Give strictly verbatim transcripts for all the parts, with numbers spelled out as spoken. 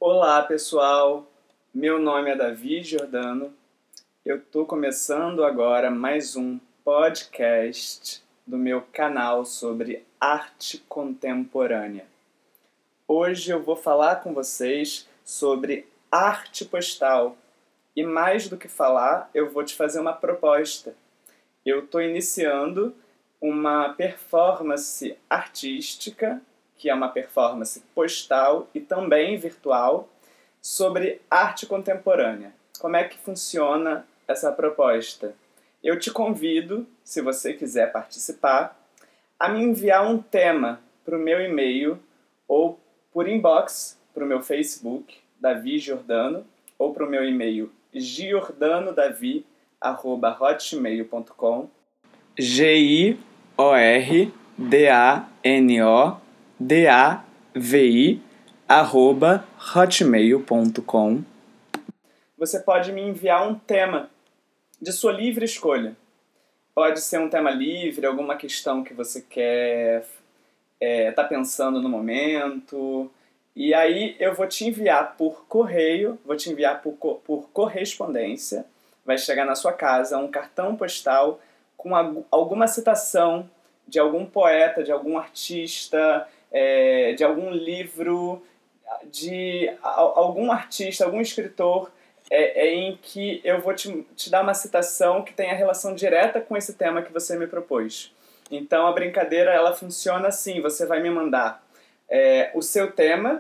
Olá, pessoal. Meu nome é Davi Giordano. Eu estou começando agora mais um podcast do meu canal sobre arte contemporânea. Hoje eu vou falar com vocês sobre arte postal. E mais do que falar, eu vou te fazer uma proposta. Eu estou iniciando uma performance artística, que é uma performance postal e também virtual, sobre arte contemporânea. Como é que funciona essa proposta? Eu te convido, se você quiser participar, a me enviar um tema para o meu e-mail ou por inbox para o meu Facebook, Davi Giordano, ou para o meu e-mail giordanodavi arroba hotmail ponto com, G I O R D A N O D A V I arroba hotmail ponto com. Você pode me enviar um tema de sua livre escolha. Pode ser um tema livre, alguma questão que você quer é, tá pensando no momento. E aí eu vou te enviar por correio, vou te enviar por, por correspondência. Vai chegar na sua casa um cartão postal com alguma citação de algum poeta, de algum artista, é, de algum livro, de algum artista, algum escritor, é, é em que eu vou te, te dar uma citação que tenha relação direta com esse tema que você me propôs. Então a brincadeira ela funciona assim: você vai me mandar é, o seu tema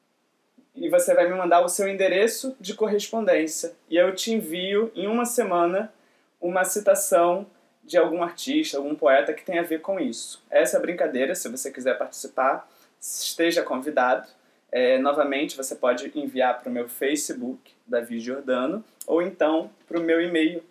e você vai me mandar o seu endereço de correspondência e eu te envio em uma semana uma citação de algum artista, algum poeta que tenha a ver com isso. Essa é a brincadeira. Se você quiser participar, esteja convidado. É, novamente, você pode enviar para o meu Facebook, Davi Giordano, ou então para o meu e-mail,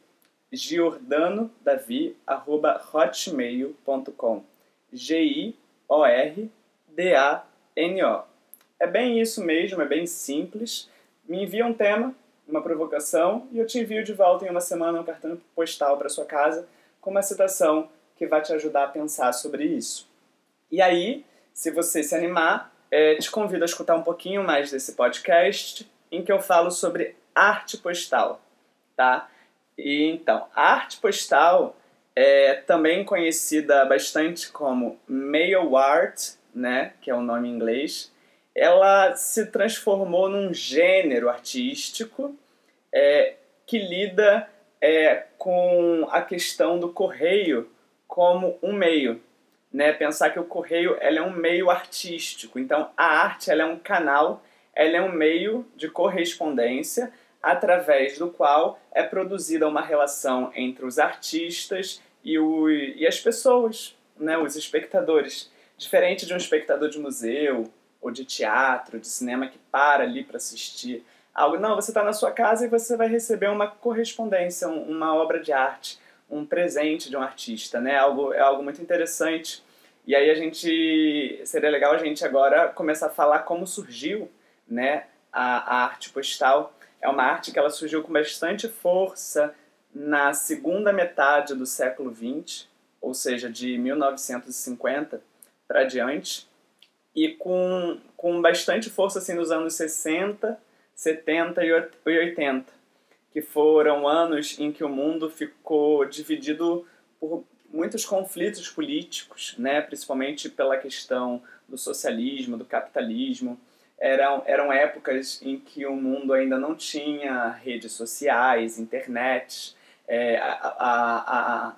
giordanodavi arroba hotmail ponto com. G I O R D A N O. É bem isso mesmo, é bem simples. Me envia um tema, uma provocação, e eu te envio de volta em uma semana um cartão postal para sua casa com uma citação que vai te ajudar a pensar sobre isso. E aí, se você se animar, é, te convido a escutar um pouquinho mais desse podcast em que eu falo sobre arte postal, tá? E, então, a arte postal é também conhecida bastante como mail art, né, que é o nome em inglês. Ela se transformou num gênero artístico é, que lida é, com a questão do correio como um meio. Né? Pensar que o correio ela é um meio artístico. Então, a arte ela é um canal, ela é um meio de correspondência através do qual é produzida uma relação entre os artistas e, o, e as pessoas, né? Os espectadores. Diferente de um espectador de museu, ou de teatro, de cinema que para ali para assistir algo. Não, você está na sua casa e você vai receber uma correspondência, uma obra de arte, um presente de um artista, né? Algo, é algo muito interessante. E aí a gente, seria legal a gente agora começar a falar como surgiu, né, a, a arte postal. É uma arte que ela surgiu com bastante força na segunda metade do século vinte, ou seja, de mil novecentos e cinquenta para diante, e com, com bastante força assim, nos anos sessenta, setenta e oitenta, que foram anos em que o mundo ficou dividido por muitos conflitos políticos, né? Principalmente pela questão do socialismo, do capitalismo. Eram, eram épocas em que o mundo ainda não tinha redes sociais, internet, é, a, a, a,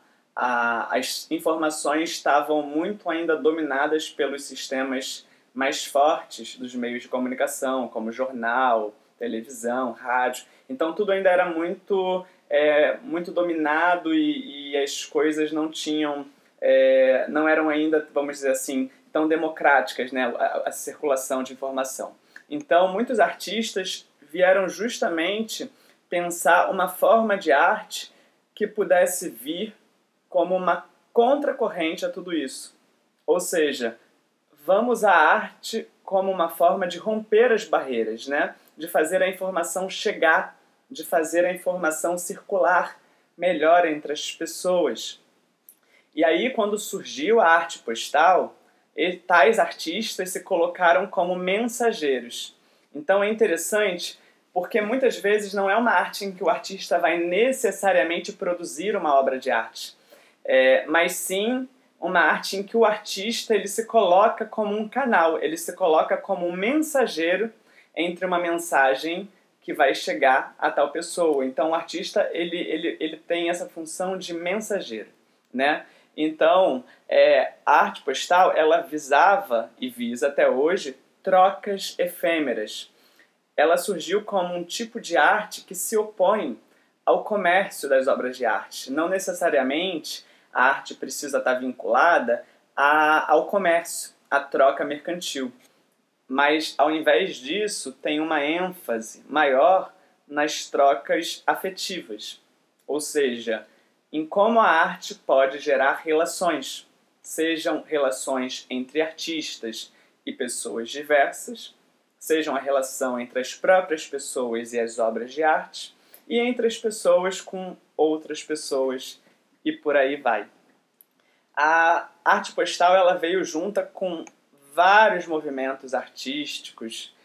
a, as informações estavam muito ainda dominadas pelos sistemas mais fortes dos meios de comunicação, como jornal, televisão, rádio. Então tudo ainda era muito, é, muito dominado e, e as coisas não tinham, é, não eram ainda, vamos dizer assim, tão democráticas, né, a, a circulação de informação. Então muitos artistas vieram justamente pensar uma forma de arte que pudesse vir como uma contracorrente a tudo isso. Ou seja, vamos à arte como uma forma de romper as barreiras, né? De fazer a informação chegar, de fazer a informação circular melhor entre as pessoas. E aí, quando surgiu a arte postal, tais artistas se colocaram como mensageiros. Então é interessante porque muitas vezes não é uma arte em que o artista vai necessariamente produzir uma obra de arte, é, mas sim uma arte em que o artista ele se coloca como um canal, ele se coloca como um mensageiro entre uma mensagem que vai chegar a tal pessoa. Então o artista ele, ele, ele tem essa função de mensageiro, né? Então é, a arte postal ela visava e visa até hoje trocas efêmeras. Ela surgiu como um tipo de arte que se opõe ao comércio das obras de arte. Não necessariamente a arte precisa estar vinculada a, ao comércio, à troca mercantil. Mas, ao invés disso, tem uma ênfase maior nas trocas afetivas. Ou seja, em como a arte pode gerar relações, sejam relações entre artistas e pessoas diversas, sejam a relação entre as próprias pessoas e as obras de arte, e entre as pessoas com outras pessoas, e por aí vai. A arte postal ela veio junta com vários movimentos artísticos,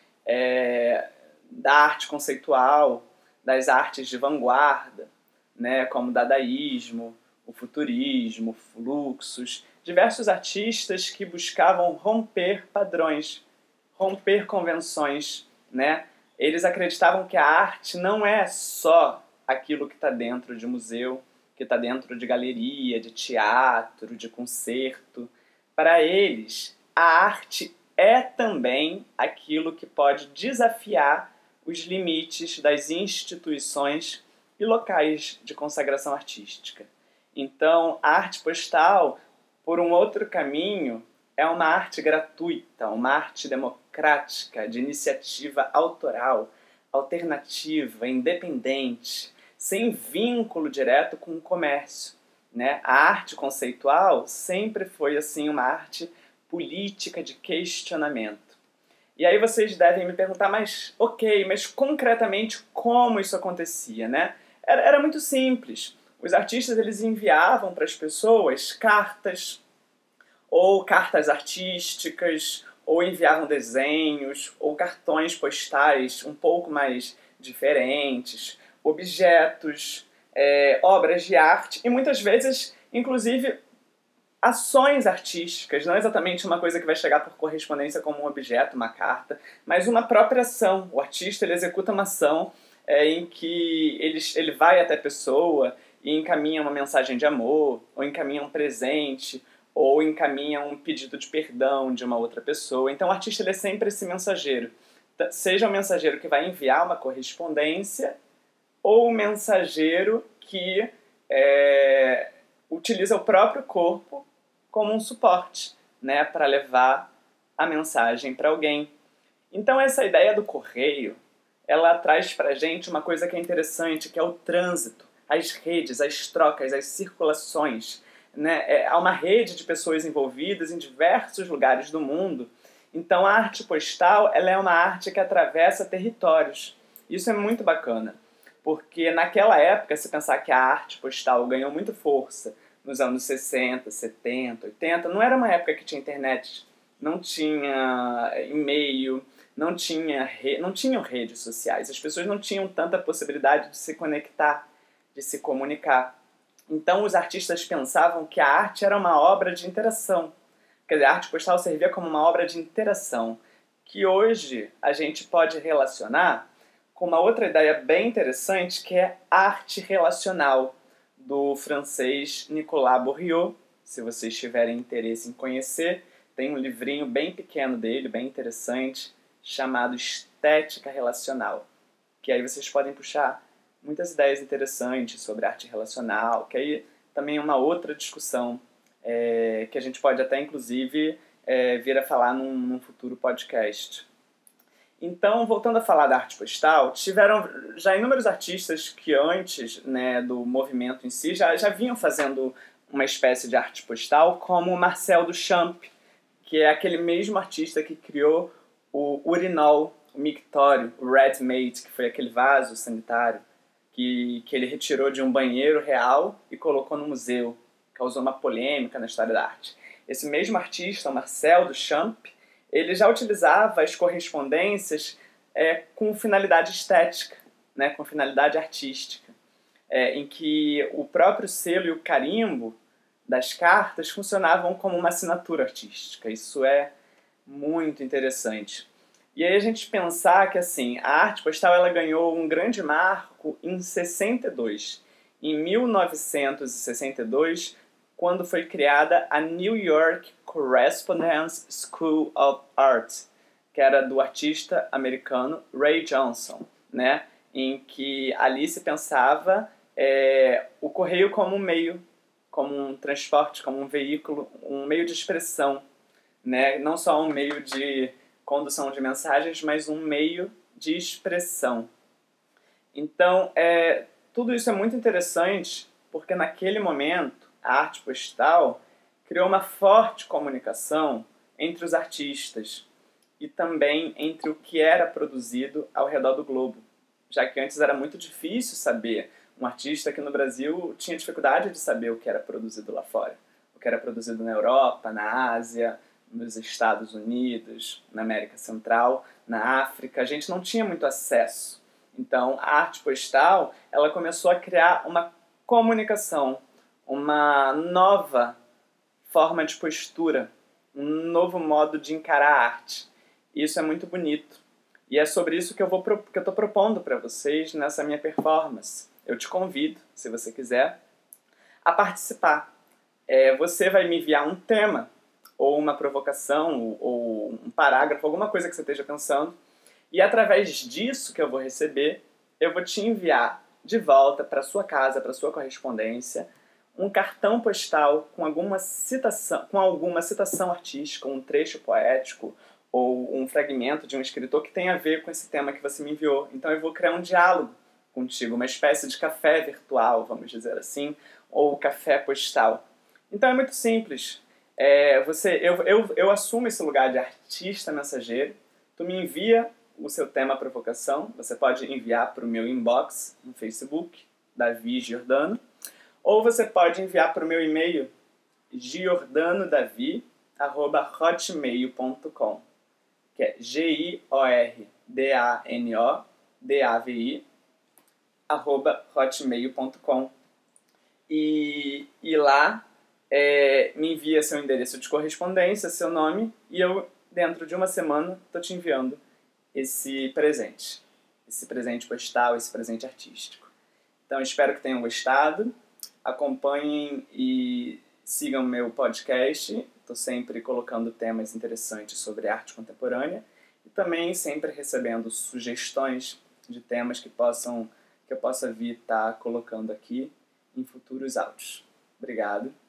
é, da arte conceitual, das artes de vanguarda, né, como o dadaísmo, o futurismo, fluxos, diversos artistas que buscavam romper padrões, romper convenções, né? Eles acreditavam que a arte não é só aquilo que está dentro de museu, que está dentro de galeria, de teatro, de concerto. Para eles, a arte é também aquilo que pode desafiar os limites das instituições e locais de consagração artística. Então, a arte postal, por um outro caminho, é uma arte gratuita, uma arte democrática, de iniciativa autoral, alternativa, independente, sem vínculo direto com o comércio, né? A arte conceitual sempre foi assim uma arte política de questionamento. E aí vocês devem me perguntar, mas ok, mas concretamente como isso acontecia, né? Era, era muito simples. Os artistas eles enviavam para as pessoas cartas, ou cartas artísticas, ou enviavam desenhos, ou cartões postais um pouco mais diferentes, objetos, é, obras de arte, e muitas vezes, inclusive, ações artísticas, não exatamente uma coisa que vai chegar por correspondência como um objeto, uma carta, mas uma própria ação. O artista ele executa uma ação é, em que ele, ele vai até a pessoa e encaminha uma mensagem de amor, ou encaminha um presente, ou encaminha um pedido de perdão de uma outra pessoa. Então o artista ele é sempre esse mensageiro. Seja o mensageiro que vai enviar uma correspondência, ou o mensageiro que é, utiliza o próprio corpo como um suporte, né, para levar a mensagem para alguém. Então essa ideia do correio, ela traz para a gente uma coisa que é interessante, que é o trânsito, as redes, as trocas, as circulações. Né? É, há uma rede de pessoas envolvidas em diversos lugares do mundo. Então a arte postal ela é uma arte que atravessa territórios. Isso é muito bacana, porque naquela época, se pensar que a arte postal ganhou muito força nos anos sessenta, setenta, oitenta, não era uma época que tinha internet, não tinha e-mail, não, tinha re... não tinham redes sociais, as pessoas não tinham tanta possibilidade de se conectar, de se comunicar. Então os artistas pensavam que a arte era uma obra de interação. Quer dizer, a arte postal servia como uma obra de interação, que hoje a gente pode relacionar com uma outra ideia bem interessante, que é arte relacional, do francês Nicolas Bourriaud. Se vocês tiverem interesse em conhecer, tem um livrinho bem pequeno dele, bem interessante, chamado Estética Relacional, que aí vocês podem puxar muitas ideias interessantes sobre arte relacional, que aí também é uma outra discussão é, que a gente pode até, inclusive, é, vir a falar num, num futuro podcast. Então, voltando a falar da arte postal, tiveram já inúmeros artistas que antes, né, do movimento em si já, já vinham fazendo uma espécie de arte postal, como Marcel Duchamp, que é aquele mesmo artista que criou o urinol, o mictório, o red mate, que foi aquele vaso sanitário que, que ele retirou de um banheiro real e colocou no museu. Causou uma polêmica na história da arte. Esse mesmo artista, Marcel Duchamp, ele já utilizava as correspondências é, com finalidade estética, né, com finalidade artística, é, em que o próprio selo e o carimbo das cartas funcionavam como uma assinatura artística. Isso é muito interessante. E aí a gente pensar que assim, a arte postal ela ganhou um grande marco em sessenta e dois. Em mil novecentos e sessenta e dois, quando foi criada a New York Correspondence School of Art, que era do artista americano Ray Johnson, né? Em que ali se pensava é, o correio como um meio, como um transporte, como um veículo, um meio de expressão, né? Não só um meio de condução de mensagens, mas um meio de expressão. Então, é, tudo isso é muito interessante porque naquele momento a arte postal criou uma forte comunicação entre os artistas e também entre o que era produzido ao redor do globo, já que antes era muito difícil saber. Um artista aqui no Brasil tinha dificuldade de saber o que era produzido lá fora, o que era produzido na Europa, na Ásia, nos Estados Unidos, na América Central, na África. A gente não tinha muito acesso. Então, a arte postal ela começou a criar uma comunicação, uma nova forma de postura, um novo modo de encarar a arte. Isso é muito bonito. E é sobre isso que eu vou que eu estou propondo para vocês nessa minha performance. Eu te convido, se você quiser, a participar. É, você vai me enviar um tema, ou uma provocação, ou um parágrafo, alguma coisa que você esteja pensando, e através disso que eu vou receber, eu vou te enviar de volta para sua casa, para sua correspondência, um cartão postal com alguma citação, com alguma citação artística, um trecho poético, ou um fragmento de um escritor que tem a ver com esse tema que você me enviou. Então eu vou criar um diálogo contigo, uma espécie de café virtual, vamos dizer assim, ou café postal. Então é muito simples. É, você, eu, eu, eu assumo esse lugar de artista mensageiro, tu me envia o seu tema provocação, você pode enviar para o meu inbox no Facebook, Davi Giordano, ou você pode enviar para o meu e-mail giordanodavi arroba hotmail ponto com, que é G I O R D A N O D A V I arroba hotmail ponto com. E, e lá é, me envia seu endereço de correspondência, seu nome, e eu, dentro de uma semana, estou te enviando esse presente. Esse presente postal, esse presente artístico. Então, espero que tenham gostado. Acompanhem e sigam meu podcast. Estou sempre colocando temas interessantes sobre arte contemporânea. E também sempre recebendo sugestões de temas que, possam, que eu possa vir estar colocando aqui em futuros áudios. Obrigado.